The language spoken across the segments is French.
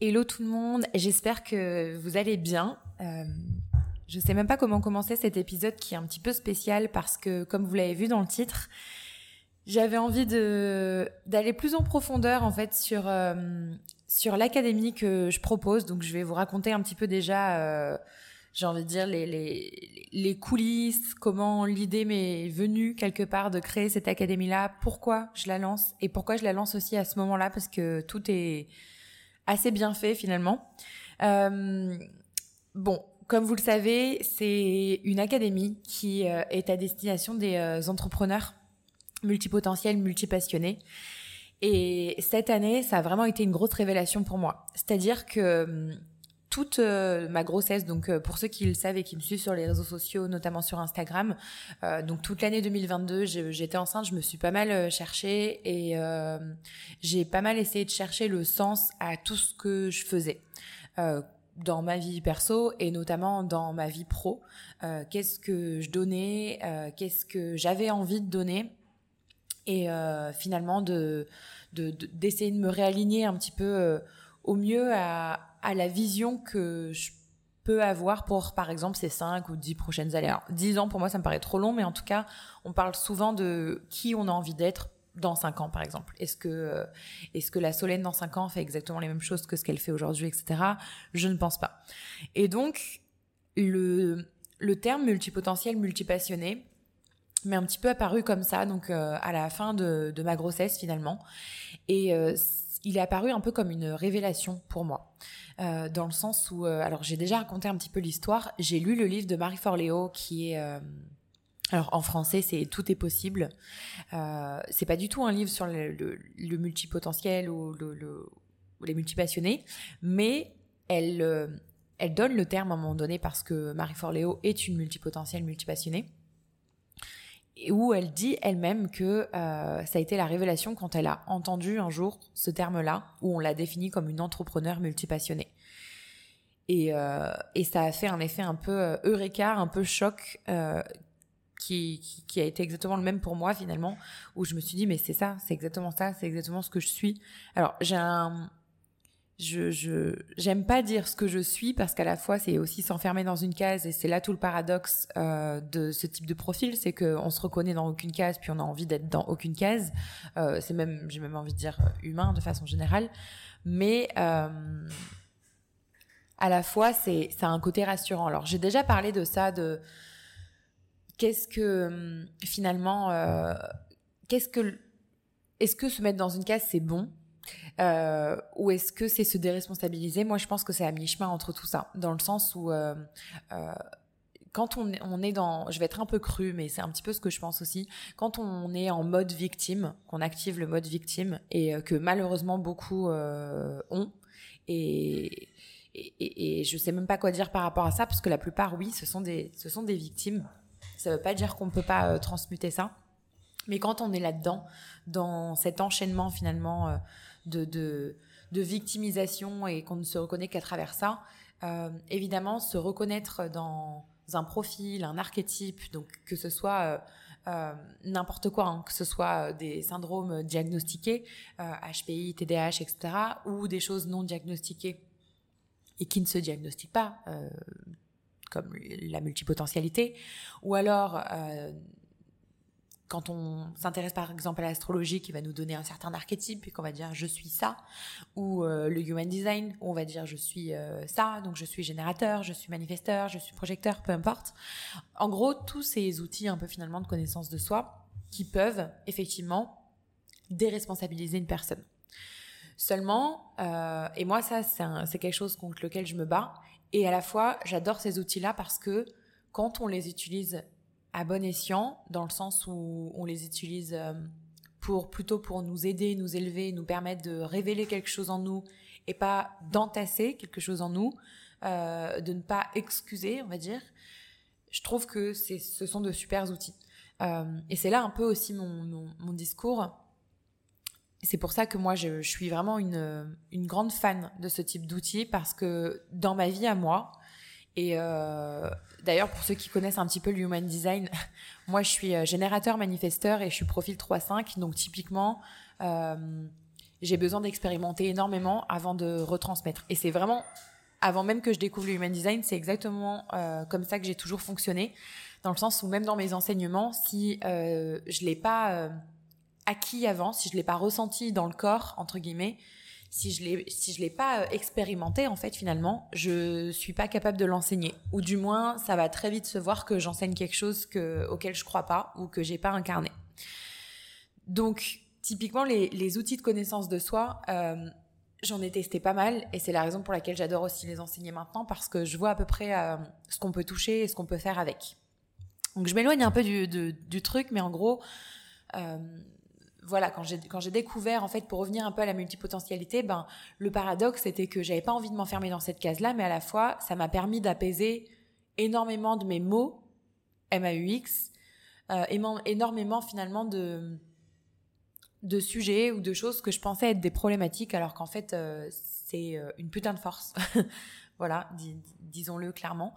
Hello tout le monde, j'espère que vous allez bien. Je sais même pas comment commencer cet épisode qui est un petit peu spécial parce que, comme vous l'avez vu dans le titre, j'avais envie d'aller plus en profondeur en fait sur l'académie que je propose. Donc je vais vous raconter un petit peu déjà, j'ai envie de dire les coulisses, comment l'idée m'est venue quelque part de créer cette académie-là, pourquoi je la lance et pourquoi je la lance aussi à ce moment-là parce que tout est assez bien fait finalement. Bon, comme vous le savez, c'est une académie qui est à destination des entrepreneurs multipotentiels, multipassionnés. Et cette année, ça a vraiment été une grosse révélation pour moi. C'est-à-dire que toute ma grossesse, donc pour ceux qui le savent et qui me suivent sur les réseaux sociaux, notamment sur Instagram, donc toute l'année 2022, j'étais enceinte, je me suis pas mal cherchée et j'ai pas mal essayé de chercher le sens à tout ce que je faisais dans ma vie perso et notamment dans ma vie pro. Qu'est-ce que je donnais, qu'est-ce que j'avais envie de donner et finalement d'essayer de me réaligner un petit peu au mieux à la vision que je peux avoir pour, par exemple, ces 5 ou 10 prochaines années. Alors, 10 ans, pour moi, ça me paraît trop long, mais en tout cas, on parle souvent de qui on a envie d'être dans 5 ans, par exemple. Est-ce que la Solène, dans 5 ans, fait exactement les mêmes choses que ce qu'elle fait aujourd'hui, etc. Je ne pense pas. Et donc, le terme multipotentiel, multipassionné, m'est un petit peu apparu comme ça, donc à la fin de ma grossesse, finalement. Et il est apparu un peu comme une révélation pour moi, dans le sens où, alors j'ai déjà raconté un petit peu l'histoire, j'ai lu le livre de Marie Forleo qui est, alors en français c'est Tout est possible, c'est pas du tout un livre sur le multipotentiel ou les multipassionnés, mais elle donne le terme à un moment donné parce que Marie Forleo est une multipotentielle, multipassionnée, où elle dit elle-même que ça a été la révélation quand elle a entendu un jour ce terme-là, où on l'a défini comme une entrepreneur multipassionnée. Et ça a fait un effet un peu eureka, un peu choc, qui a été exactement le même pour moi finalement, où je me suis dit mais c'est ça, c'est exactement ça, c'est exactement ce que je suis. Alors j'aime pas dire ce que je suis parce qu'à la fois c'est aussi s'enfermer dans une case et c'est là tout le paradoxe de ce type de profil, c'est qu'on se reconnaît dans aucune case puis on a envie d'être dans aucune case, c'est même, j'ai même envie de dire humain de façon générale, mais à la fois c'est un côté rassurant. Alors j'ai déjà parlé de ça, de qu'est-ce que finalement est-ce que se mettre dans une case c'est bon, ou est-ce que c'est se déresponsabiliser? Moi, je pense que c'est à mi-chemin entre tout ça, dans le sens où quand on est dans, je vais être un peu crue, mais c'est un petit peu ce que je pense aussi, quand on est en mode victime, qu'on active le mode victime et que malheureusement beaucoup ont, et je sais même pas quoi dire par rapport à ça, parce que la plupart, oui, ce sont des victimes. Ça veut pas dire qu'on peut pas transmuter ça. Mais quand on est là-dedans, dans cet enchaînement finalement de victimisation et qu'on ne se reconnaît qu'à travers ça, évidemment, se reconnaître dans un profil, un archétype, donc que ce soit n'importe quoi, hein, que ce soit des syndromes diagnostiqués, HPI, TDAH, etc., ou des choses non diagnostiquées et qui ne se diagnostiquent pas, comme la multipotentialité, ou alors quand on s'intéresse par exemple à l'astrologie qui va nous donner un certain archétype et qu'on va dire je suis ça, ou le human design où on va dire je suis ça, donc je suis générateur, je suis manifesteur, je suis projecteur, peu importe. En gros, tous ces outils un peu finalement de connaissance de soi qui peuvent effectivement déresponsabiliser une personne. Seulement, et moi ça c'est quelque chose contre lequel je me bats, et à la fois j'adore ces outils-là parce que quand on les utilise à bon escient, dans le sens où on les utilise plutôt pour nous aider, nous élever, nous permettre de révéler quelque chose en nous et pas d'entasser quelque chose en nous, de ne pas excuser, on va dire. Je trouve que ce sont de super outils. Et c'est là un peu aussi mon discours. C'est pour ça que moi, je suis vraiment une grande fan de ce type d'outils parce que dans ma vie à moi, et d'ailleurs, pour ceux qui connaissent un petit peu le Human Design, moi, je suis générateur, manifesteur et je suis profil 3-5. Donc, typiquement, j'ai besoin d'expérimenter énormément avant de retransmettre. Et c'est vraiment, avant même que je découvre le Human Design, c'est exactement comme ça que j'ai toujours fonctionné, dans le sens où même dans mes enseignements, si je l'ai pas acquis avant, si je l'ai pas ressenti dans le corps, entre guillemets, si je l'ai pas expérimenté, en fait, finalement, je suis pas capable de l'enseigner. Ou du moins, ça va très vite se voir que j'enseigne quelque chose auquel je crois pas ou que j'ai pas incarné. Donc, typiquement, les outils de connaissance de soi, j'en ai testé pas mal et c'est la raison pour laquelle j'adore aussi les enseigner maintenant, parce que je vois à peu près ce qu'on peut toucher et ce qu'on peut faire avec. Donc, je m'éloigne un peu du truc, mais en gros... voilà, quand j'ai découvert, en fait, pour revenir un peu à la multipotentialité, le paradoxe, c'était que j'avais pas envie de m'enfermer dans cette case-là, mais à la fois, ça m'a permis d'apaiser énormément de mes mots, MAUX, énormément, finalement, de sujets ou de choses que je pensais être des problématiques, alors qu'en fait, c'est une putain de force. Voilà, disons-le clairement.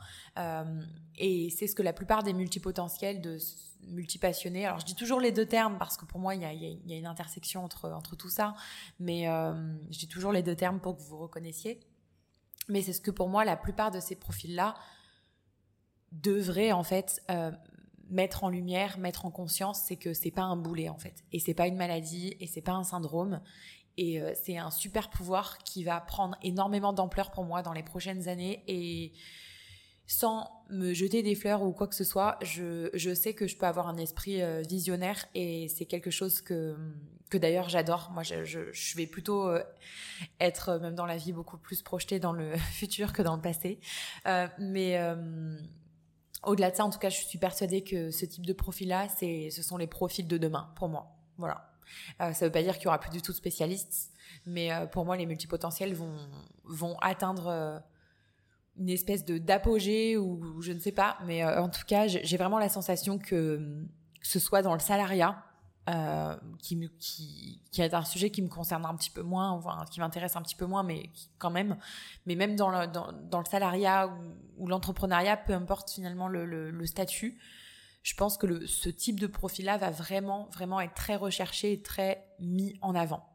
Et c'est ce que la plupart des multipotentiels, de multipassionnés, alors je dis toujours les deux termes parce que pour moi il y a une intersection entre tout ça, mais je dis toujours les deux termes pour que vous reconnaissiez. Mais c'est ce que pour moi la plupart de ces profils-là devraient en fait mettre en lumière, mettre en conscience, c'est que c'est pas un boulet en fait, et c'est pas une maladie, et c'est pas un syndrome. Et c'est un super pouvoir qui va prendre énormément d'ampleur pour moi dans les prochaines années. Et sans me jeter des fleurs ou quoi que ce soit, je sais que je peux avoir un esprit visionnaire. Et c'est quelque chose que d'ailleurs j'adore. Moi, je vais plutôt être, même dans la vie, beaucoup plus projetée dans le futur que dans le passé. Mais au-delà de ça, en tout cas, je suis persuadée que ce type de profil-là, ce sont les profils de demain pour moi. Voilà. Ça ne veut pas dire qu'il y aura plus du tout de spécialistes, mais pour moi, les multipotentiels vont atteindre une espèce d'apogée ou je ne sais pas. Mais en tout cas, j'ai vraiment la sensation que ce soit dans le salariat, qui est un sujet qui me concerne un petit peu moins, enfin, qui m'intéresse un petit peu moins, mais quand même. Mais même dans le salariat ou l'entrepreneuriat, peu importe finalement le statut, je pense que ce type de profil-là va vraiment, vraiment être très recherché et très mis en avant.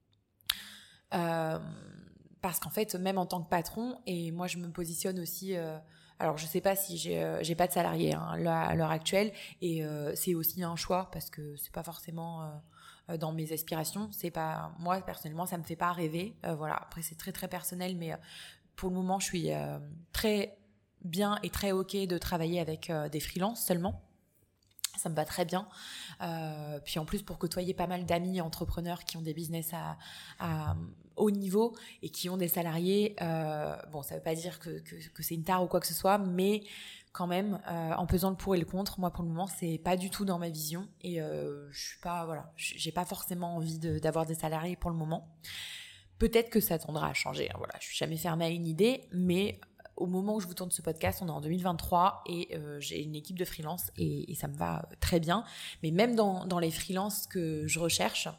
Parce qu'en fait, même en tant que patron, et moi je me positionne aussi... alors je sais pas si j'ai pas de salarié là, à l'heure actuelle, et c'est aussi un choix parce que c'est pas forcément dans mes aspirations. C'est pas, moi personnellement, ça me fait pas rêver. Voilà. Après c'est très très personnel, mais pour le moment, je suis très bien et très ok de travailler avec des freelances seulement. Ça me va très bien. Puis en plus, pour côtoyer pas mal d'amis entrepreneurs qui ont des business à haut niveau et qui ont des salariés, bon, ça veut pas dire que c'est une tare ou quoi que ce soit, mais quand même, en pesant le pour et le contre, moi pour le moment, c'est pas du tout dans ma vision et je suis pas, voilà, j'ai pas forcément envie d'avoir des salariés pour le moment. Peut-être que ça tendra à changer. Voilà, je suis jamais fermée à une idée, mais au moment où je vous tourne ce podcast, on est en 2023 et j'ai une équipe de freelance et ça me va très bien. Mais même dans les freelances que je recherche,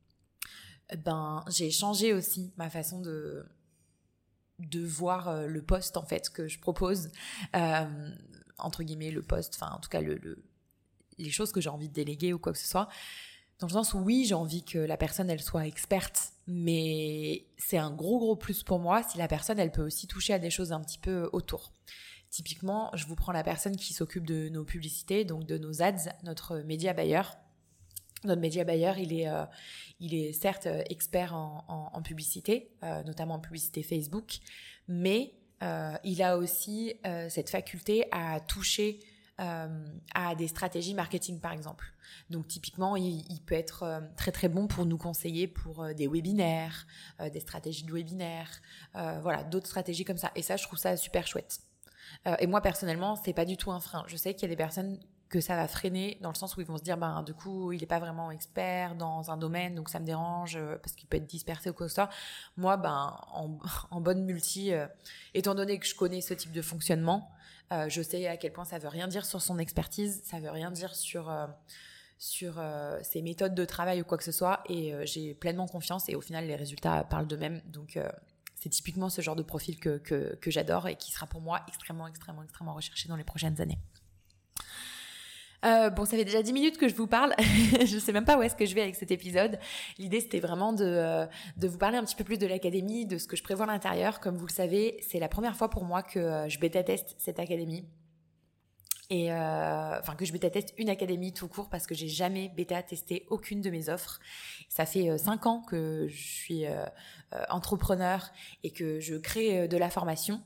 j'ai changé aussi ma façon de voir le poste en fait que je propose, entre guillemets le poste, enfin en tout cas les choses que j'ai envie de déléguer ou quoi que ce soit. Dans le sens où oui, j'ai envie que la personne, elle soit experte, mais c'est un gros plus pour moi si la personne, elle peut aussi toucher à des choses un petit peu autour. Typiquement, je vous prends la personne qui s'occupe de nos publicités, donc de nos ads, notre média buyer. Notre média buyer, il est certes expert en publicité, notamment en publicité Facebook, mais il a aussi cette faculté à toucher à des stratégies marketing par exemple. Donc typiquement, il peut être très très bon pour nous conseiller pour des webinaires, des stratégies de webinaires, voilà, d'autres stratégies comme ça. Et ça, je trouve ça super chouette. Et moi personnellement, c'est pas du tout un frein. Je sais qu'il y a des personnes que ça va freiner dans le sens où ils vont se dire du coup il est pas vraiment expert dans un domaine, donc ça me dérange parce qu'il peut être dispersé ou quoi que ce soit. Moi en bonne multi, étant donné que je connais ce type de fonctionnement, je sais à quel point ça veut rien dire sur son expertise, ça veut rien dire sur ses méthodes de travail ou quoi que ce soit, et j'ai pleinement confiance et au final les résultats parlent d'eux-mêmes. Donc c'est typiquement ce genre de profil que j'adore et qui sera pour moi extrêmement recherché dans les prochaines années. Bon, ça fait déjà 10 minutes que je vous parle. Je sais même pas où est-ce que je vais avec cet épisode. L'idée, c'était vraiment de vous parler un petit peu plus de l'académie, de ce que je prévois à l'intérieur. Comme vous le savez, c'est la première fois pour moi que je bêta-teste cette académie. Et que je bêta-teste une académie tout court parce que j'ai jamais bêta-testé aucune de mes offres. Ça fait 5 ans que je suis entrepreneur et que je crée de la formation.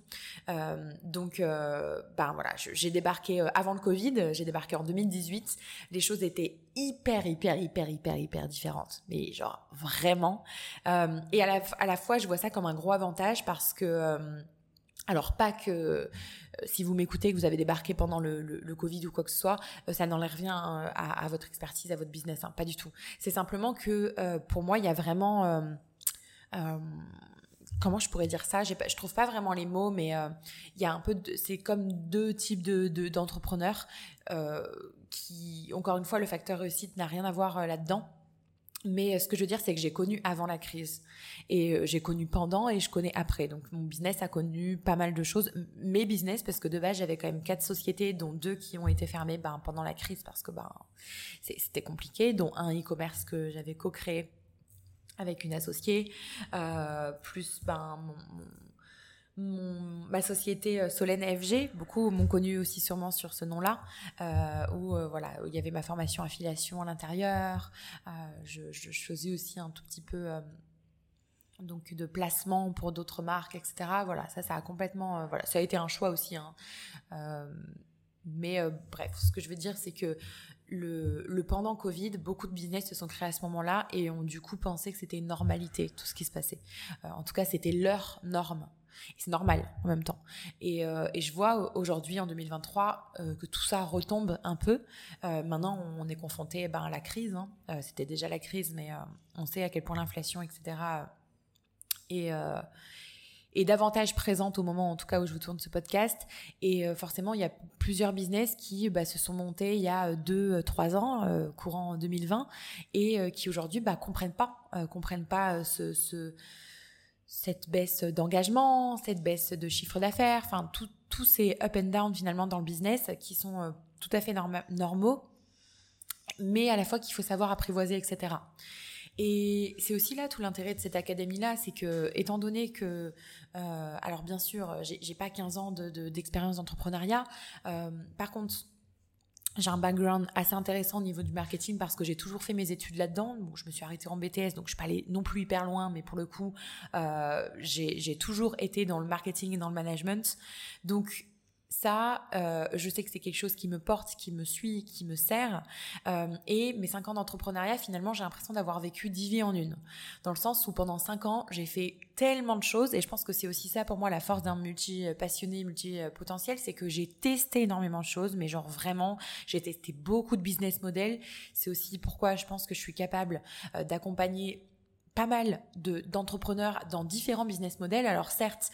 J'ai débarqué avant le Covid, j'ai débarqué en 2018. Les choses étaient hyper différentes, mais genre vraiment. Et à la fois, je vois ça comme un gros avantage parce que alors pas que si vous m'écoutez, que vous avez débarqué pendant le Covid ou quoi que ce soit, ça n'enlève rien à votre expertise, à votre business, pas du tout. C'est simplement que pour moi, il y a vraiment... comment je pourrais dire ça ? Je trouve pas vraiment les mots, mais il y a un peu... c'est comme deux types d'entrepreneurs qui, encore une fois, le facteur réussite n'a rien à voir là-dedans. Mais ce que je veux dire, c'est que j'ai connu avant la crise et j'ai connu pendant et je connais après. Donc mon business a connu pas mal de choses. Mes business, parce que de base, j'avais quand même 4 sociétés, dont 2 qui ont été fermées pendant la crise parce que c'était compliqué, dont un e-commerce que j'avais co-créé avec une associée, plus ma société Solène FG, beaucoup m'ont connu aussi sûrement sur ce nom-là, où il y avait ma formation affiliation à l'intérieur. Je faisais aussi un tout petit peu donc de placement pour d'autres marques, etc. Voilà, ça a complètement, ça a été un choix aussi. Bref, ce que je veux dire, c'est que le pendant Covid, beaucoup de business se sont créés à ce moment-là et ont du coup pensé que c'était une normalité, tout ce qui se passait. En tout cas, c'était leur norme. Et c'est normal en même temps. Et je vois aujourd'hui, en 2023, que tout ça retombe un peu. Maintenant, on est confronté à la crise. C'était déjà la crise, mais on sait à quel point l'inflation, etc. est davantage présente au moment, en tout cas, où je vous tourne ce podcast. Et forcément, il y a plusieurs business qui se sont montés il y a 2-3 ans, courant 2020, et qui aujourd'hui comprennent pas cette baisse d'engagement, cette baisse de chiffre d'affaires, enfin tous ces up and down finalement dans le business qui sont tout à fait normaux, mais à la fois qu'il faut savoir apprivoiser, etc. Et c'est aussi là tout l'intérêt de cette académie-là, c'est que, étant donné que, alors bien sûr, j'ai pas 15 ans d'expérience d'entrepreneuriat, par contre, j'ai un background assez intéressant au niveau du marketing parce que j'ai toujours fait mes études là-dedans. Bon, je me suis arrêtée en BTS, donc je suis pas allée non plus hyper loin, mais pour le coup, j'ai toujours été dans le marketing et dans le management. Donc ça, je sais que c'est quelque chose qui me porte, qui me suit, qui me sert. Et mes 5 ans d'entrepreneuriat, finalement, j'ai l'impression d'avoir vécu 10 vies en une. Dans le sens où pendant 5 ans, j'ai fait tellement de choses. Et je pense que c'est aussi ça pour moi la force d'un multi-passionné, multi-potentiel. C'est que j'ai testé énormément de choses. Mais genre vraiment, j'ai testé beaucoup de business models. C'est aussi pourquoi je pense que je suis capable d'accompagner pas mal d'entrepreneurs dans différents business models. Alors certes...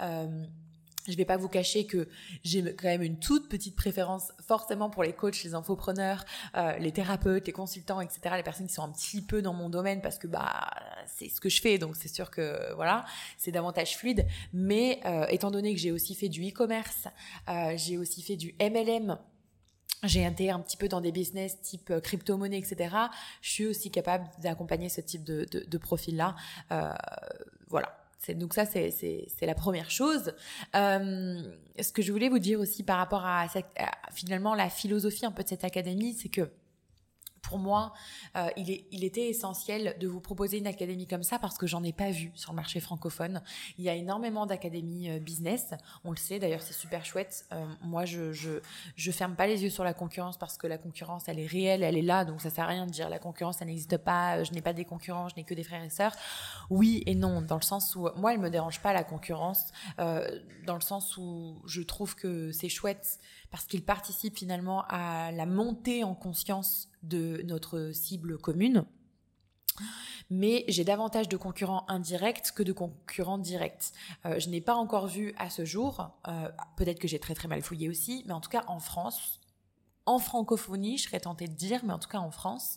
je vais pas vous cacher que j'ai quand même une toute petite préférence forcément pour les coachs, les infopreneurs, les thérapeutes, les consultants, etc. Les personnes qui sont un petit peu dans mon domaine parce que c'est ce que je fais, donc c'est sûr que voilà, c'est davantage fluide. Mais étant donné que j'ai aussi fait du e-commerce, j'ai aussi fait du MLM. J'ai été un petit peu dans des business type crypto-monnaie, etc. Je suis aussi capable d'accompagner ce type de profil-là. Voilà. Donc ça, c'est la première chose. Ce que je voulais vous dire aussi par rapport à finalement la philosophie un peu de cette académie, c'est que pour moi, il était essentiel de vous proposer une académie comme ça parce que j'en ai pas vu sur le marché francophone. Il y a énormément d'académies business, on le sait, d'ailleurs c'est super chouette. Moi, je ferme pas les yeux sur la concurrence parce que la concurrence, elle est réelle, elle est là, donc ça sert à rien de dire la concurrence, ça n'existe pas, je n'ai pas des concurrents, je n'ai que des frères et sœurs. Oui et non, dans le sens où, moi, elle me dérange pas la concurrence, dans le sens où je trouve que c'est chouette parce qu'il participe finalement à la montée en conscience de notre cible commune. Mais j'ai davantage de concurrents indirects que de concurrents directs. Je n'ai pas encore vu à ce jour, peut-être que j'ai très très mal fouillé aussi, mais en tout cas en France, en francophonie, je serais tentée de dire, mais en tout cas en France,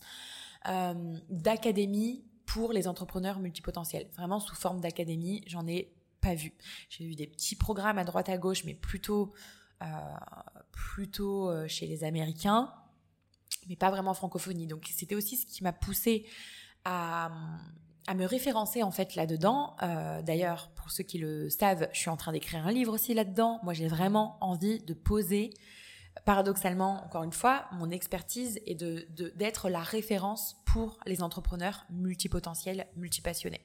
d'académie pour les entrepreneurs multipotentiels. Vraiment sous forme d'académie, j'en ai pas vu. J'ai vu des petits programmes à droite à gauche, mais plutôt chez les Américains. mais pas vraiment en francophonie. Donc c'était aussi ce qui m'a poussée à me référencer en fait là-dedans. D'ailleurs, pour ceux qui le savent, je suis en train d'écrire un livre aussi là-dedans. Moi, j'ai vraiment envie de poser, paradoxalement, encore une fois, mon expertise et d'être la référence pour les entrepreneurs multipotentiels, multipassionnés.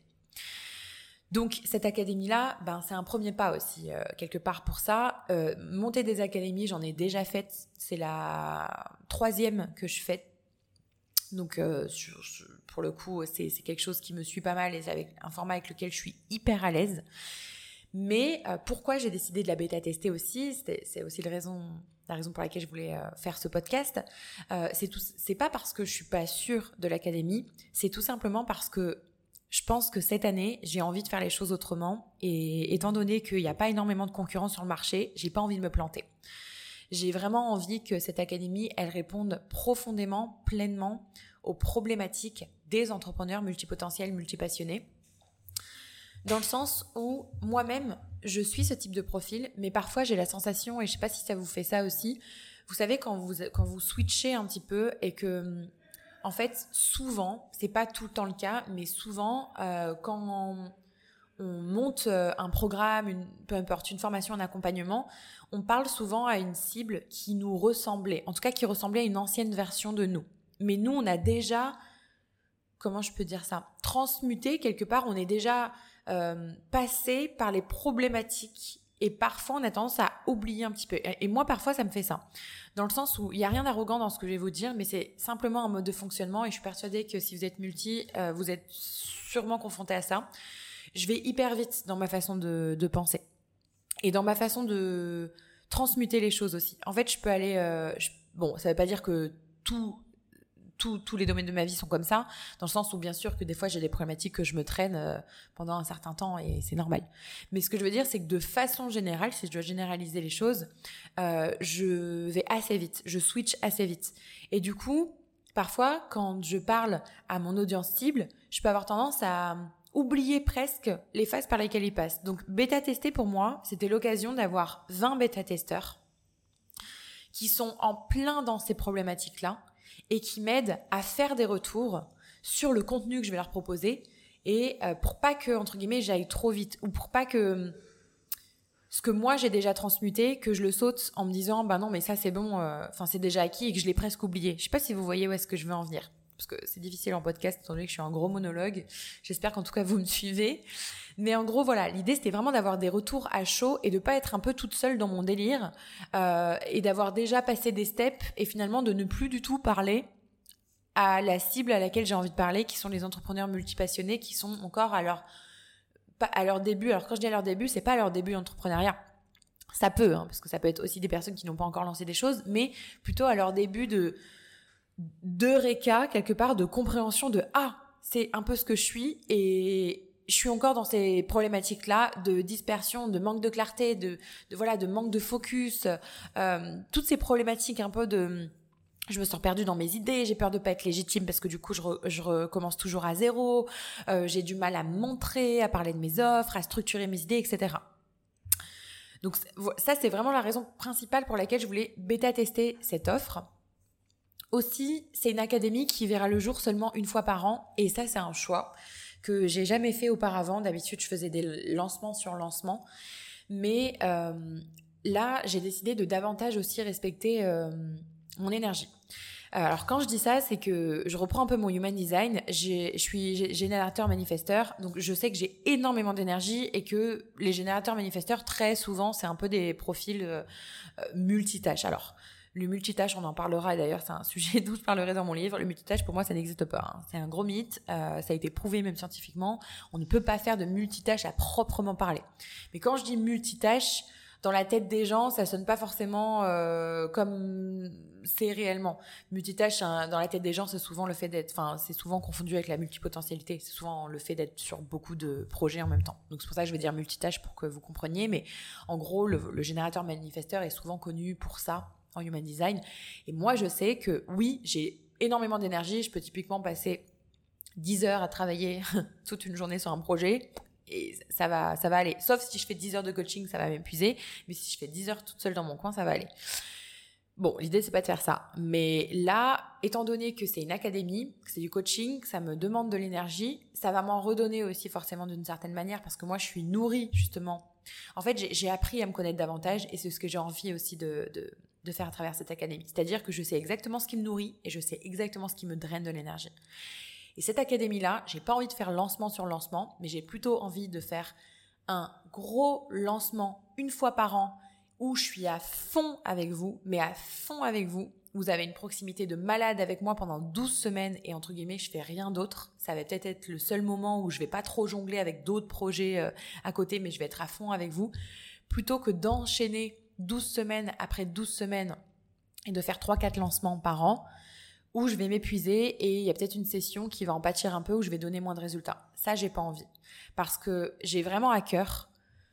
Donc cette académie-là, c'est un premier pas aussi, quelque part pour ça. Monter des académies, j'en ai déjà faites. C'est la 3e que je fais. Donc pour le coup, c'est quelque chose qui me suit pas mal et c'est avec un format avec lequel je suis hyper à l'aise. Mais pourquoi j'ai décidé de la bêta-tester aussi, c'est aussi la raison pour laquelle je voulais faire ce podcast. C'est pas parce que je suis pas sûre de l'académie, c'est tout simplement parce que je pense que cette année, j'ai envie de faire les choses autrement et étant donné qu'il n'y a pas énormément de concurrence sur le marché, j'ai pas envie de me planter. J'ai vraiment envie que cette académie, elle réponde profondément, pleinement aux problématiques des entrepreneurs multipotentiels, multipassionnés. Dans le sens où moi-même, je suis ce type de profil, mais parfois j'ai la sensation, et je sais pas si ça vous fait ça aussi, vous savez quand vous switchez un petit peu et que... En fait, souvent, c'est pas tout le temps le cas, mais souvent, quand on monte un programme, peu importe, une formation, un accompagnement, on parle souvent à une cible qui nous ressemblait, en tout cas qui ressemblait à une ancienne version de nous. Mais nous, on a déjà, comment je peux dire ça, transmuté quelque part, on est déjà passé par les problématiques et parfois on a tendance à oublier un petit peu. Et moi, parfois, ça me fait ça. Dans le sens où il n'y a rien d'arrogant dans ce que je vais vous dire, mais c'est simplement un mode de fonctionnement et je suis persuadée que si vous êtes multi, vous êtes sûrement confronté à ça. Je vais hyper vite dans ma façon de penser et dans ma façon de transmuter les choses aussi. En fait, je peux aller... bon, ça ne veut pas dire que tous les domaines de ma vie sont comme ça, dans le sens où bien sûr que des fois j'ai des problématiques que je me traîne pendant un certain temps et c'est normal. Mais ce que je veux dire, c'est que de façon générale, si je dois généraliser les choses, je vais assez vite, je switch assez vite. Et du coup, parfois, quand je parle à mon audience cible, je peux avoir tendance à oublier presque les phases par lesquelles ils passent. Donc bêta-tester pour moi, c'était l'occasion d'avoir 20 bêta-testeurs qui sont en plein dans ces problématiques-là, et qui m'aident à faire des retours sur le contenu que je vais leur proposer et pour pas que, entre guillemets, j'aille trop vite ou pour pas que ce que moi j'ai déjà transmuté, que je le saute en me disant non mais ça c'est bon, c'est déjà acquis et que je l'ai presque oublié. Je sais pas si vous voyez où est-ce que je veux en venir parce que c'est difficile en podcast étant donné que je suis un gros monologue. J'espère qu'en tout cas vous me suivez. Mais en gros, voilà, l'idée, c'était vraiment d'avoir des retours à chaud et de pas être un peu toute seule dans mon délire et d'avoir déjà passé des steps et finalement de ne plus du tout parler à la cible à laquelle j'ai envie de parler, qui sont les entrepreneurs multipassionnés qui sont encore à leur début. Alors quand je dis à leur début, c'est pas à leur début d'entrepreneuriat. Ça peut, parce que ça peut être aussi des personnes qui n'ont pas encore lancé des choses, mais plutôt à leur début de réca, quelque part, de compréhension de « Ah, c'est un peu ce que je suis et je suis encore dans ces problématiques-là de dispersion, de manque de clarté, de manque de focus, toutes ces problématiques un peu de... Je me sens perdue dans mes idées, j'ai peur de pas être légitime parce que du coup, je recommence toujours à zéro, j'ai du mal à me montrer, à parler de mes offres, à structurer mes idées, etc. » Donc ça, c'est vraiment la raison principale pour laquelle je voulais bêta-tester cette offre. Aussi, c'est une académie qui verra le jour seulement une fois par an et ça, c'est un choix que j'ai jamais fait auparavant. D'habitude, je faisais des lancements sur lancements. Mais là, j'ai décidé de davantage aussi respecter mon énergie. Alors, quand je dis ça, c'est que je reprends un peu mon human design. Je suis générateur manifesteur, donc je sais que j'ai énormément d'énergie et que les générateurs manifesteurs, très souvent, c'est un peu des profils multitâches. Alors, le multitâche, on en parlera, et d'ailleurs, c'est un sujet dont je parlerai dans mon livre. Le multitâche, pour moi, ça n'existe pas. C'est un gros mythe. Ça a été prouvé même scientifiquement. On ne peut pas faire de multitâche à proprement parler. Mais quand je dis multitâche, dans la tête des gens, ça sonne pas forcément comme c'est réellement. Multitâche, dans la tête des gens, c'est souvent le fait c'est souvent confondu avec la multipotentialité. C'est souvent le fait d'être sur beaucoup de projets en même temps. Donc c'est pour ça que je vais dire multitâche pour que vous compreniez. Mais en gros, le générateur manifesteur est souvent connu pour ça en human design. Et moi, je sais que oui, j'ai énormément d'énergie. Je peux typiquement passer 10 heures à travailler toute une journée sur un projet. Et ça va aller. Sauf si je fais 10 heures de coaching, ça va m'épuiser. Mais si je fais 10 heures toute seule dans mon coin, ça va aller. Bon, l'idée, c'est pas de faire ça. Mais là, étant donné que c'est une académie, que c'est du coaching, que ça me demande de l'énergie, ça va m'en redonner aussi forcément d'une certaine manière parce que moi, je suis nourrie justement. En fait, j'ai appris à me connaître davantage et c'est ce que j'ai envie aussi de faire à travers cette académie. C'est-à-dire que je sais exactement ce qui me nourrit et je sais exactement ce qui me draine de l'énergie. Et cette académie-là, j'ai pas envie de faire lancement sur lancement, mais j'ai plutôt envie de faire un gros lancement une fois par an où je suis à fond avec vous, mais à fond avec vous. Vous avez une proximité de malade avec moi pendant 12 semaines et entre guillemets, je fais rien d'autre. Ça va peut-être être le seul moment où je vais pas trop jongler avec d'autres projets à côté, mais je vais être à fond avec vous. Plutôt que d'enchaîner 12 semaines après 12 semaines et de faire 3-4 lancements par an, où je vais m'épuiser et il y a peut-être une session qui va en pâtir un peu, où je vais donner moins de résultats. Ça, j'ai pas envie. Parce que j'ai vraiment à cœur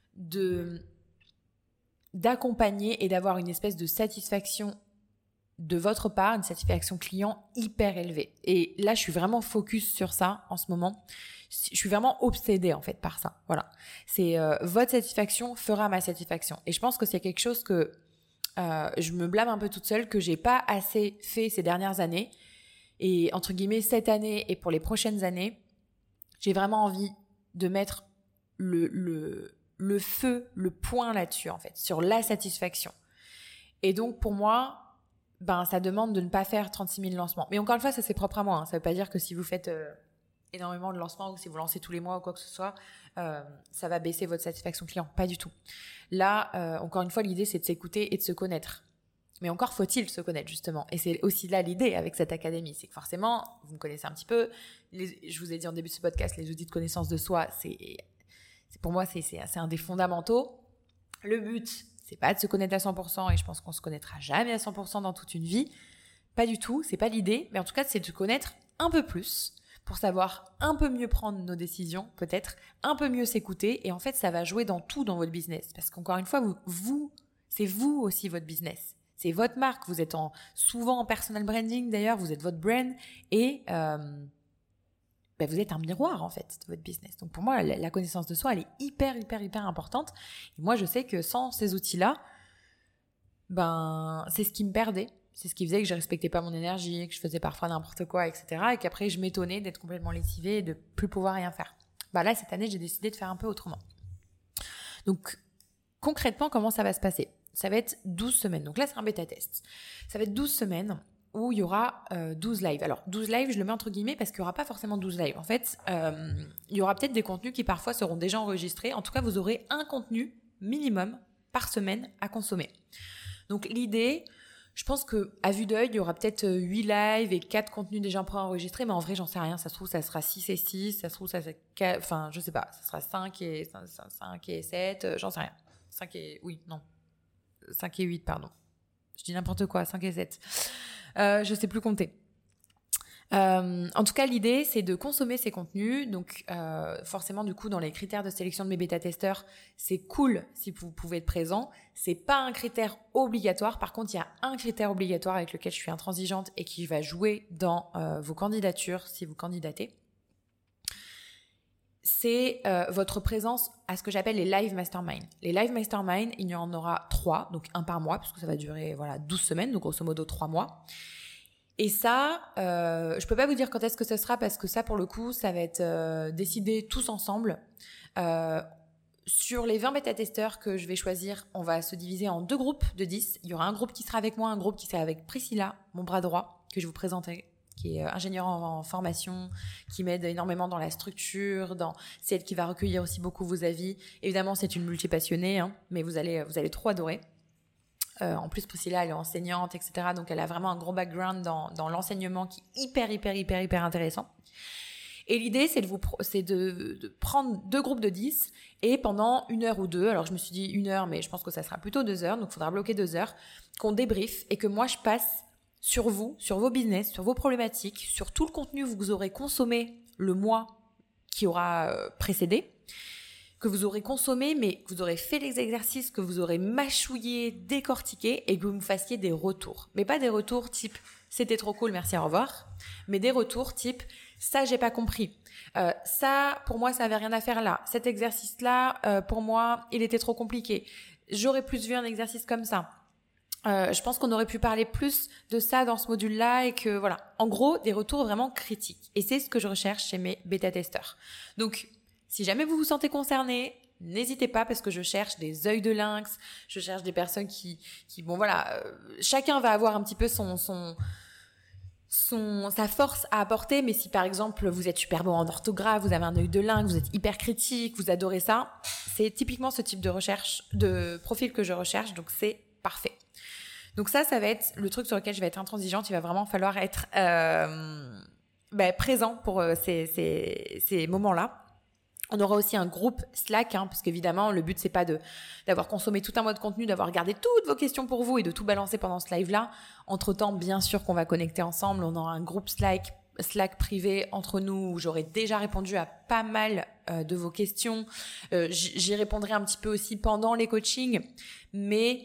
d'accompagner et d'avoir une espèce de satisfaction de votre part, une satisfaction client hyper élevée. Et là, je suis vraiment focus sur ça en ce moment. Je suis vraiment obsédée en fait par ça. Voilà. C'est votre satisfaction fera ma satisfaction. Et je pense que c'est quelque chose que je me blâme un peu toute seule, que j'ai pas assez fait ces dernières années. Et entre guillemets, cette année et pour les prochaines années, j'ai vraiment envie de mettre le feu, le point là-dessus, en fait, sur la satisfaction. Et donc, pour moi, ça demande de ne pas faire 36 000 lancements. Mais encore une fois, ça, c'est propre à moi. Hein. Ça veut pas dire que si vous faites énormément de lancements ou si vous lancez tous les mois ou quoi que ce soit, ça va baisser votre satisfaction client. Pas du tout. Là, encore une fois, l'idée, c'est de s'écouter et de se connaître. Mais encore faut-il se connaître, justement. Et c'est aussi là l'idée avec cette académie. C'est que forcément, vous me connaissez un petit peu. Je vous ai dit en début de ce podcast, les outils de connaissance de soi, pour moi, c'est un des fondamentaux. Le but, c'est pas de se connaître à 100%, et je pense qu'on se connaîtra jamais à 100% dans toute une vie. Pas du tout, c'est pas l'idée. Mais en tout cas, c'est de se connaître un peu plus pour savoir un peu mieux prendre nos décisions, peut-être, un peu mieux s'écouter. Et en fait, ça va jouer dans tout dans votre business. Parce qu'encore une fois, c'est vous aussi votre business. C'est votre marque. Vous êtes souvent en personal branding d'ailleurs. Vous êtes votre brand et vous êtes un miroir en fait de votre business. Donc pour moi, la connaissance de soi, elle est hyper, hyper, hyper importante. Et moi, je sais que sans ces outils-là, c'est ce qui me perdait. C'est ce qui faisait que je respectais pas mon énergie, que je faisais parfois n'importe quoi, etc. Et qu'après, je m'étonnais d'être complètement lessivée et de plus pouvoir rien faire. Là, cette année, j'ai décidé de faire un peu autrement. Donc, concrètement, comment ça va se passer ? Ça va être 12 semaines. Donc là, c'est un bêta-test. Ça va être 12 semaines où il y aura 12 lives. Alors, 12 lives, je le mets entre guillemets parce qu'il n'y aura pas forcément 12 lives. En fait, il y aura peut-être des contenus qui parfois seront déjà enregistrés. En tout cas, vous aurez un contenu minimum par semaine à consommer. Donc l'idée, je pense qu'à vue d'œil, il y aura peut-être 8 lives et 4 contenus déjà préenregistrés, mais en vrai, j'en sais rien. Ça se trouve, ça sera 6 et 6, ça se trouve, ça sera 4, enfin, je sais pas, ça sera 5 et 7, j'en sais rien. 5 et 8, pardon. Je dis n'importe quoi, 5 et 7. Je sais plus compter. En tout cas, l'idée, c'est de consommer ces contenus. Donc, forcément, du coup, dans les critères de sélection de mes bêta-testeurs, c'est cool si vous pouvez être présent. C'est pas un critère obligatoire. Par contre, il y a un critère obligatoire avec lequel je suis intransigeante et qui va jouer dans vos candidatures si vous candidatez. C'est votre présence à ce que j'appelle les live mastermind. Les live mastermind, il y en aura 3, donc un par mois, puisque ça va durer 12 semaines, donc grosso modo 3 mois. Et ça, je peux pas vous dire quand est-ce que ce sera parce que ça, pour le coup, ça va être décidé tous ensemble. Sur les 20 bêta-testeurs que je vais choisir, on va se diviser en 2 groupes de 10. Il y aura un groupe qui sera avec moi, un groupe qui sera avec Priscilla, mon bras droit, que je vous présenterai, qui est ingénieure en formation, qui m'aide énormément dans la structure, c'est elle qui va recueillir aussi beaucoup vos avis. Évidemment, c'est une multipassionnée, mais vous allez trop adorer. En plus, Priscilla, elle est enseignante, etc. Donc, elle a vraiment un gros background dans l'enseignement qui est hyper, hyper, hyper, hyper intéressant. Et l'idée, c'est de prendre 2 groupes de 10 et pendant 1 heure ou 2, alors je me suis dit 1 heure, mais je pense que ça sera plutôt 2 heures, donc il faudra bloquer 2 heures, qu'on débriefe et que moi, je passe sur vous, sur vos business, sur vos problématiques, sur tout le contenu que vous aurez consommé le mois qui aura précédé, que vous aurez consommé, mais que vous aurez fait les exercices, que vous aurez mâchouillé, décortiqué et que vous me fassiez des retours. Mais pas des retours type « c'était trop cool, merci, au revoir », mais des retours type « ça, j'ai pas compris ». Ça, pour moi, ça avait rien à faire là. Cet exercice-là, pour moi, il était trop compliqué. J'aurais plus vu un exercice comme ça. Je pense qu'on aurait pu parler plus de ça dans ce module-là et que voilà, en gros, des retours vraiment critiques. Et c'est ce que je recherche chez mes bêta-testeurs. Donc, si jamais vous vous sentez concerné, n'hésitez pas parce que je cherche des œils de lynx, je cherche des personnes qui bon voilà, chacun va avoir un petit peu sa force à apporter, mais si par exemple vous êtes super bon en orthographe, vous avez un œil de lynx, vous êtes hyper critique, vous adorez ça, c'est typiquement ce type de profil que je recherche, donc c'est parfait. Donc ça va être le truc sur lequel je vais être intransigeante. Il va vraiment falloir être présent pour ces moments-là. On aura aussi un groupe Slack, parce qu'évidemment, le but, c'est pas d'avoir consommé tout un mois de contenu, d'avoir gardé toutes vos questions pour vous et de tout balancer pendant ce live-là. Entre-temps, bien sûr qu'on va connecter ensemble. On aura un groupe Slack privé entre nous où j'aurai déjà répondu à pas mal de vos questions. J'y répondrai un petit peu aussi pendant les coachings, mais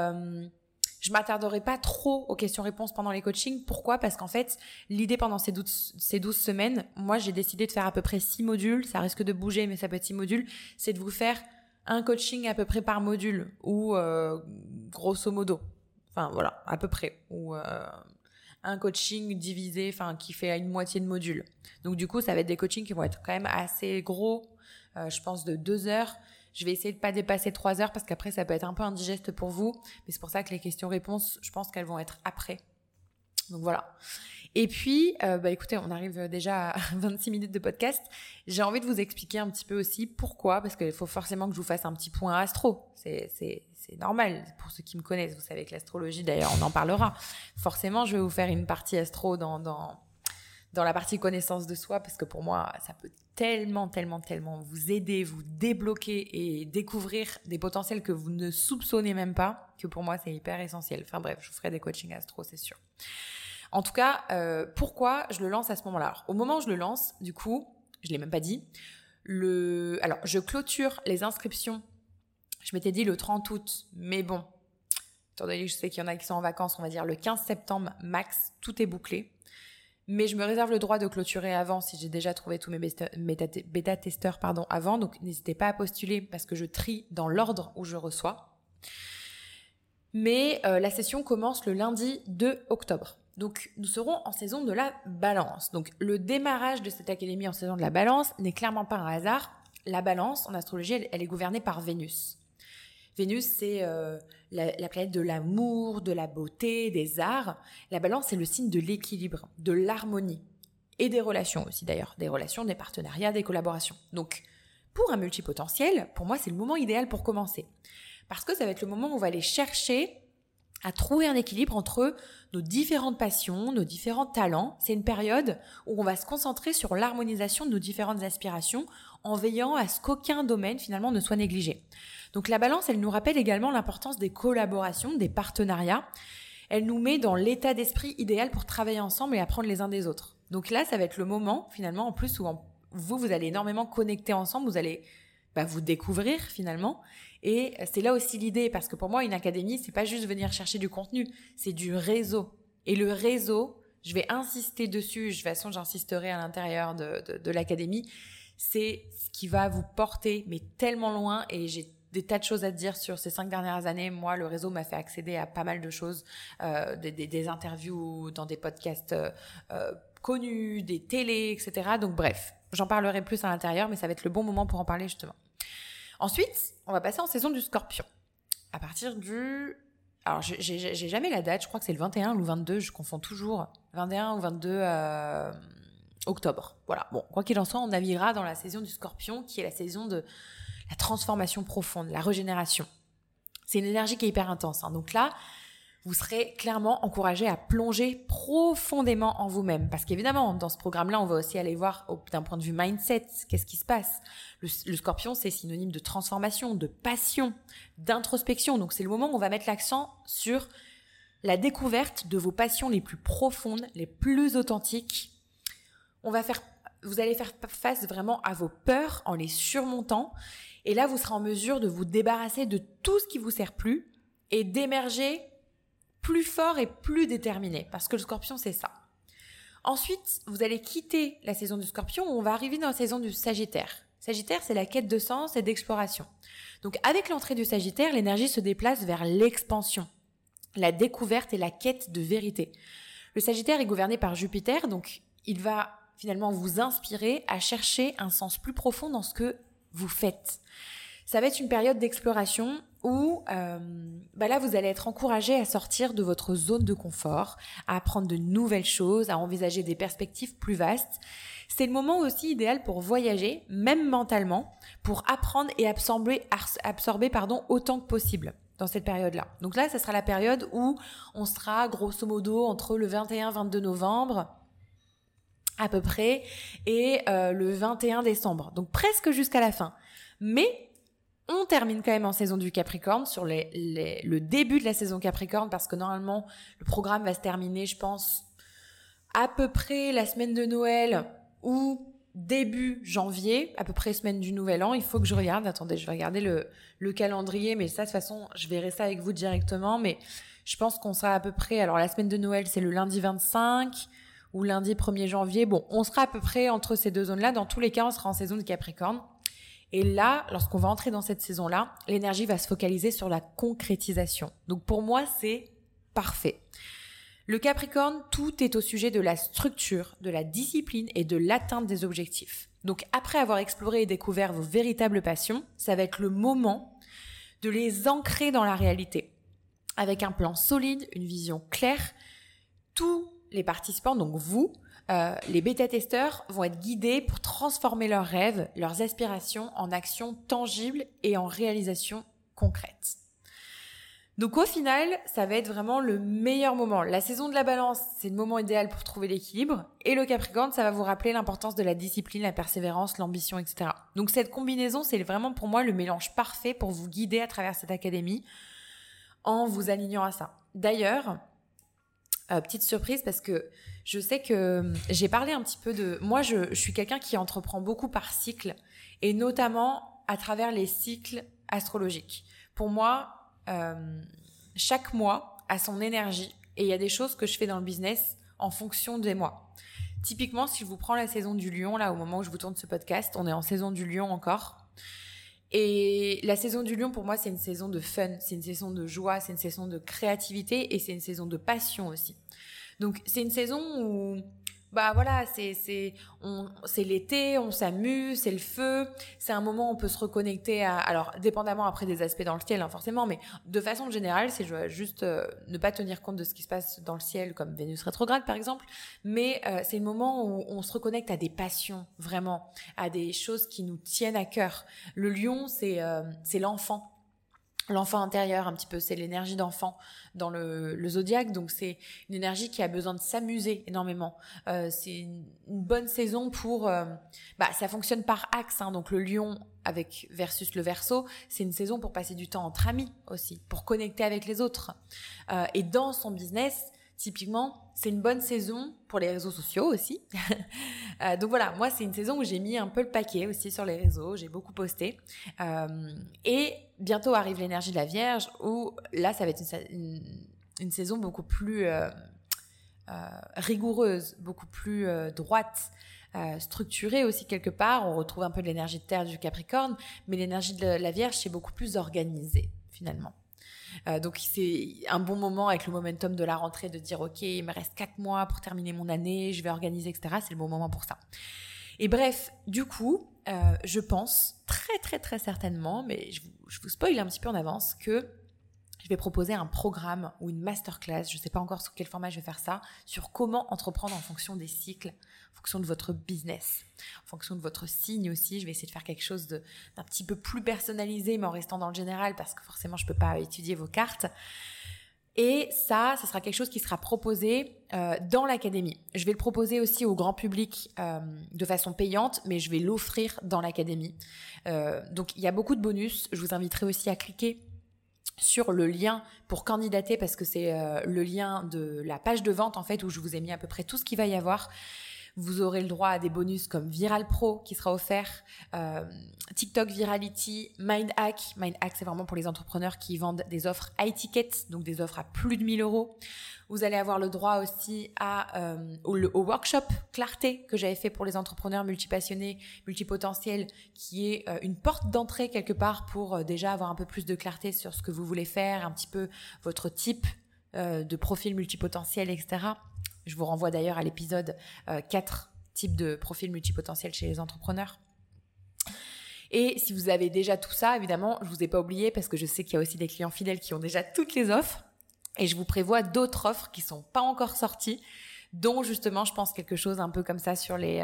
je m'attarderai pas trop aux questions-réponses pendant les coachings. Pourquoi ? Parce qu'en fait, l'idée pendant ces 12 semaines, moi, j'ai décidé de faire à peu près 6 modules. Ça risque de bouger, mais ça peut être 6 modules. C'est de vous faire un coaching à peu près par module ou grosso modo. Enfin, voilà, à peu près. Ou un coaching divisé, qui fait une moitié de module. Donc, du coup, ça va être des coachings qui vont être quand même assez gros. Je pense de 2 heures. Je vais essayer de pas dépasser 3 heures parce qu'après, ça peut être un peu indigeste pour vous. Mais c'est pour ça que les questions-réponses, je pense qu'elles vont être après. Donc voilà. Et puis, écoutez, on arrive déjà à 26 minutes de podcast. J'ai envie de vous expliquer un petit peu aussi pourquoi, parce qu'il faut forcément que je vous fasse un petit point astro. C'est normal pour ceux qui me connaissent. Vous savez que l'astrologie, d'ailleurs, on en parlera. Forcément, je vais vous faire une partie astro dans la partie connaissance de soi, parce que pour moi, ça peut tellement vous aider, vous débloquer et découvrir des potentiels que vous ne soupçonnez même pas, que pour moi, c'est hyper essentiel. Enfin bref, je vous ferai des coachings astro, c'est sûr. En tout cas, pourquoi je le lance à ce moment-là ? Alors, au moment où je le lance, du coup, je ne l'ai même pas dit, alors je clôture les inscriptions, je m'étais dit le 30 août, mais bon, étant donné que je sais qu'il y en a qui sont en vacances, on va dire le 15 septembre max, tout est bouclé. Mais je me réserve le droit de clôturer avant si j'ai déjà trouvé tous mes bêta-testeurs avant. Donc, n'hésitez pas à postuler parce que je trie dans l'ordre où je reçois. Mais la session commence le lundi 2 octobre. Donc, nous serons en saison de la balance. Donc, le démarrage de cette académie en saison de la balance n'est clairement pas un hasard. La balance, en astrologie, elle est gouvernée par Vénus. Vénus, c'est la planète de l'amour, de la beauté, des arts. La balance, c'est le signe de l'équilibre, de l'harmonie et des relations aussi d'ailleurs. Des relations, des partenariats, des collaborations. Donc, pour un multipotentiel, pour moi, c'est le moment idéal pour commencer. Parce que ça va être le moment où on va aller chercher à trouver un équilibre entre nos différentes passions, nos différents talents. C'est une période où on va se concentrer sur l'harmonisation de nos différentes aspirations en veillant à ce qu'aucun domaine finalement ne soit négligé. Donc la balance, elle nous rappelle également l'importance des collaborations, des partenariats. Elle nous met dans l'état d'esprit idéal pour travailler ensemble et apprendre les uns des autres. Donc là, ça va être le moment finalement en plus où vous allez énormément connecter ensemble, vous allez vous découvrir finalement. Et c'est là aussi l'idée, parce que pour moi, une académie, c'est pas juste venir chercher du contenu, c'est du réseau. Et le réseau, je vais insister dessus, de toute façon, j'insisterai à l'intérieur de l'académie, c'est ce qui va vous porter, mais tellement loin. Et j'ai des tas de choses à te dire sur ces 5 dernières années. Moi, le réseau m'a fait accéder à pas mal de choses, des interviews dans des podcasts connus, des télés, etc. Donc bref, j'en parlerai plus à l'intérieur, mais ça va être le bon moment pour en parler justement. Ensuite, on va passer en saison du Scorpion. À partir du... Alors, j'ai jamais la date, je crois que c'est le 21 ou le 22, je confonds toujours. 21 ou 22 octobre. Voilà, bon, quoi qu'il en soit, on naviguera dans la saison du Scorpion, qui est la saison de la transformation profonde, la régénération. C'est une énergie qui est hyper intense. Donc là, vous serez clairement encouragé à plonger profondément en vous-même. Parce qu'évidemment, dans ce programme-là, on va aussi aller voir d'un point de vue mindset, qu'est-ce qui se passe. Le Scorpion, c'est synonyme de transformation, de passion, d'introspection. Donc c'est le moment où on va mettre l'accent sur la découverte de vos passions les plus profondes, les plus authentiques. Vous allez faire face vraiment à vos peurs en les surmontant. Et là, vous serez en mesure de vous débarrasser de tout ce qui vous sert plus et d'émerger plus fort et plus déterminé, parce que le Scorpion, c'est ça. Ensuite, vous allez quitter la saison du Scorpion, on va arriver dans la saison du Sagittaire. Sagittaire, c'est la quête de sens et d'exploration. Donc, avec l'entrée du Sagittaire, l'énergie se déplace vers l'expansion. la découverte et la quête de vérité. Le Sagittaire est gouverné par Jupiter, donc il va finalement vous inspirer à chercher un sens plus profond dans ce que vous faites. Ça va être une période d'exploration où là, vous allez être encouragé à sortir de votre zone de confort, à apprendre de nouvelles choses, à envisager des perspectives plus vastes. C'est le moment aussi idéal pour voyager, même mentalement, pour apprendre et absorber autant que possible dans cette période-là. Donc là, ça sera la période où on sera grosso modo entre le 21-22 novembre à peu près et le 21 décembre. Donc presque jusqu'à la fin. Mais on termine quand même en saison du Capricorne sur le début de la saison Capricorne parce que normalement, le programme va se terminer, je pense, à peu près la semaine de Noël ou début janvier, à peu près semaine du Nouvel An. Il faut que je regarde. Attendez, je vais regarder le calendrier, mais ça, de toute façon, je verrai ça avec vous directement. Mais je pense qu'on sera à peu près... Alors, la semaine de Noël, c'est le lundi 25 ou lundi 1er janvier. Bon, on sera à peu près entre ces deux zones-là. Dans tous les cas, on sera en saison du Capricorne. Et là, lorsqu'on va entrer dans cette saison-là, l'énergie va se focaliser sur la concrétisation. Donc pour moi, c'est parfait. Le Capricorne, tout est au sujet de la structure, de la discipline et de l'atteinte des objectifs. Donc après avoir exploré et découvert vos véritables passions, ça va être le moment de les ancrer dans la réalité. Avec un plan solide, une vision claire, tous les participants, donc vous, les bêta-testeurs vont être guidés pour transformer leurs rêves, leurs aspirations en actions tangibles et en réalisations concrètes. Donc au final, ça va être vraiment le meilleur moment. La saison de la Balance, c'est le moment idéal pour trouver l'équilibre. Et le Capricorne, ça va vous rappeler l'importance de la discipline, la persévérance, l'ambition, etc. Donc cette combinaison, c'est vraiment pour moi le mélange parfait pour vous guider à travers cette académie en vous alignant à ça. D'ailleurs, petite surprise parce que je sais que j'ai parlé un petit peu de... Moi, je suis quelqu'un qui entreprend beaucoup par cycle et notamment à travers les cycles astrologiques. Pour moi, chaque mois a son énergie et il y a des choses que je fais dans le business en fonction des mois. Typiquement, si je vous prends la saison du Lion, là, au moment où je vous tourne ce podcast, on est en saison du Lion encore. Et la saison du Lion, pour moi, c'est une saison de fun, c'est une saison de joie, c'est une saison de créativité et c'est une saison de passion aussi. Donc, c'est une saison où, c'est l'été, on s'amuse, c'est le feu, c'est un moment où on peut se reconnecter à, alors, dépendamment après des aspects dans le ciel, forcément, mais de façon générale, c'est juste ne pas tenir compte de ce qui se passe dans le ciel, comme Vénus rétrograde, par exemple, mais c'est le moment où on se reconnecte à des passions, vraiment, à des choses qui nous tiennent à cœur. Le Lion, c'est l'enfant. L'enfant intérieur, un petit peu, c'est l'énergie d'enfant dans le zodiaque, donc c'est une énergie qui a besoin de s'amuser énormément. C'est une bonne saison pour... ça fonctionne par axe, donc le Lion versus le Verseau, c'est une saison pour passer du temps entre amis aussi, pour connecter avec les autres. Et dans son business, typiquement, c'est une bonne saison pour les réseaux sociaux aussi. Donc voilà, moi, c'est une saison où j'ai mis un peu le paquet aussi sur les réseaux. J'ai beaucoup posté. Et bientôt arrive l'énergie de la Vierge où là, ça va être une saison beaucoup plus rigoureuse, beaucoup plus droite, structurée aussi quelque part. On retrouve un peu de l'énergie de terre du Capricorne, mais l'énergie de la Vierge, c'est beaucoup plus organisé finalement. Donc c'est un bon moment avec le momentum de la rentrée de dire ok, il me reste 4 mois pour terminer mon année, je vais organiser, etc. C'est le bon moment pour ça. Et bref, du coup, je pense très très très certainement, mais je vous spoil un petit peu en avance, que je vais proposer un programme ou une masterclass, je ne sais pas encore sous quel format je vais faire ça, sur comment entreprendre en fonction des cycles, en fonction de votre business, en fonction de votre signe aussi. Je vais essayer de faire quelque chose d'un petit peu plus personnalisé, mais en restant dans le général, parce que forcément, je ne peux pas étudier vos cartes. Et ça sera quelque chose qui sera proposé dans l'académie. Je vais le proposer aussi au grand public de façon payante, mais je vais l'offrir dans l'académie. Donc, il y a beaucoup de bonus. Je vous inviterai aussi à cliquer sur le lien pour candidater parce que c'est le lien de la page de vente en fait où je vous ai mis à peu près tout ce qu'il va y avoir. Vous aurez le droit à des bonus comme Viral Pro qui sera offert, TikTok Virality, Mindhack. Mindhack, c'est vraiment pour les entrepreneurs qui vendent des offres high ticket, donc des offres à plus de 1 000 €. Vous allez avoir le droit aussi au workshop Clarté que j'avais fait pour les entrepreneurs multipassionnés, multipotentiels, qui est une porte d'entrée quelque part pour déjà avoir un peu plus de clarté sur ce que vous voulez faire, un petit peu votre type de profils multipotentiels, etc. Je vous renvoie d'ailleurs à l'épisode 4 types de profils multipotentiels chez les entrepreneurs. Et si vous avez déjà tout ça, évidemment, je vous ai pas oublié parce que je sais qu'il y a aussi des clients fidèles qui ont déjà toutes les offres. Et je vous prévois d'autres offres qui sont pas encore sorties, dont justement, je pense quelque chose un peu comme ça sur les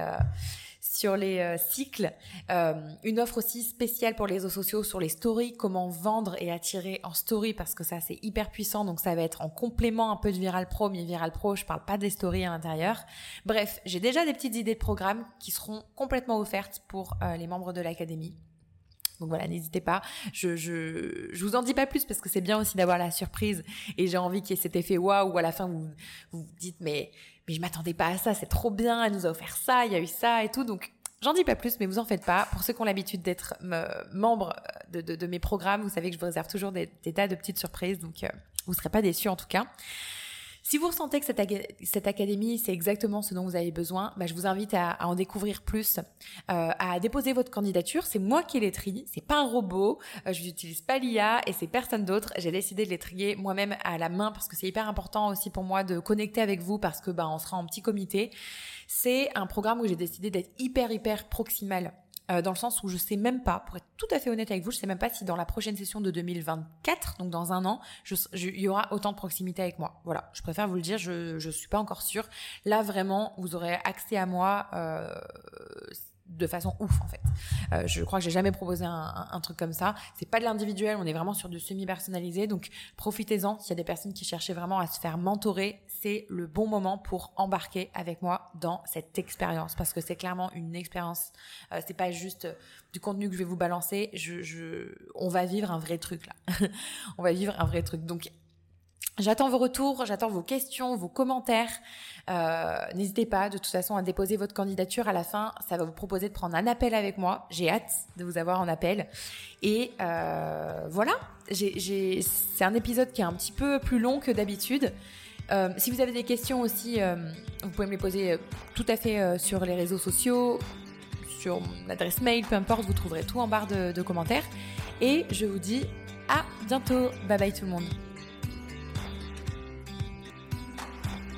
cycles. Une offre aussi spéciale pour les réseaux sociaux sur les stories, comment vendre et attirer en story, parce que ça, c'est hyper puissant. Donc, ça va être en complément un peu de Viral Pro, mais Viral Pro, je parle pas des stories à l'intérieur. Bref, j'ai déjà des petites idées de programmes qui seront complètement offertes pour les membres de l'académie. Donc voilà, n'hésitez pas. Je vous en dis pas plus parce que c'est bien aussi d'avoir la surprise et j'ai envie qu'il y ait cet effet waouh où à la fin vous vous dites mais je m'attendais pas à ça, c'est trop bien, elle nous a offert ça, il y a eu ça et tout. Donc j'en dis pas plus, mais vous en faites pas. Pour ceux qui ont l'habitude d'être membres de mes programmes, vous savez que je vous réserve toujours des tas de petites surprises, donc vous serez pas déçus en tout cas. Si vous ressentez que cette académie, c'est exactement ce dont vous avez besoin, je vous invite à en découvrir plus, à déposer votre candidature. C'est moi qui les trie, c'est pas un robot, je n'utilise pas l'IA et c'est personne d'autre. J'ai décidé de les trier moi-même à la main parce que c'est hyper important aussi pour moi de connecter avec vous parce que on sera en petit comité. C'est un programme où j'ai décidé d'être hyper proximal. Dans le sens où je sais même pas, pour être tout à fait honnête avec vous, je sais même pas si dans la prochaine session de 2024, donc dans un an, il y aura autant de proximité avec moi. Voilà, je préfère vous le dire, je suis pas encore sûre. Là, vraiment, vous aurez accès à moi de façon ouf en fait. Je crois que j'ai jamais proposé un truc comme ça. C'est pas de l'individuel, on est vraiment sur du semi-personnalisé. Donc profitez-en. S'il y a des personnes qui cherchaient vraiment à se faire mentorer, c'est le bon moment pour embarquer avec moi dans cette expérience parce que c'est clairement une expérience. C'est pas juste du contenu que je vais vous balancer. On va vivre un vrai truc là. On va vivre un vrai truc. Donc j'attends vos retours, j'attends vos questions, vos commentaires. N'hésitez pas de toute façon à déposer votre candidature. À la fin, ça va vous proposer de prendre un appel avec moi. J'ai hâte de vous avoir en appel. Et voilà, c'est un épisode qui est un petit peu plus long que d'habitude. Si vous avez des questions aussi, vous pouvez me les poser tout à fait sur les réseaux sociaux, sur mon adresse mail, peu importe, vous trouverez tout en barre de commentaires. Et je vous dis à bientôt. Bye bye tout le monde.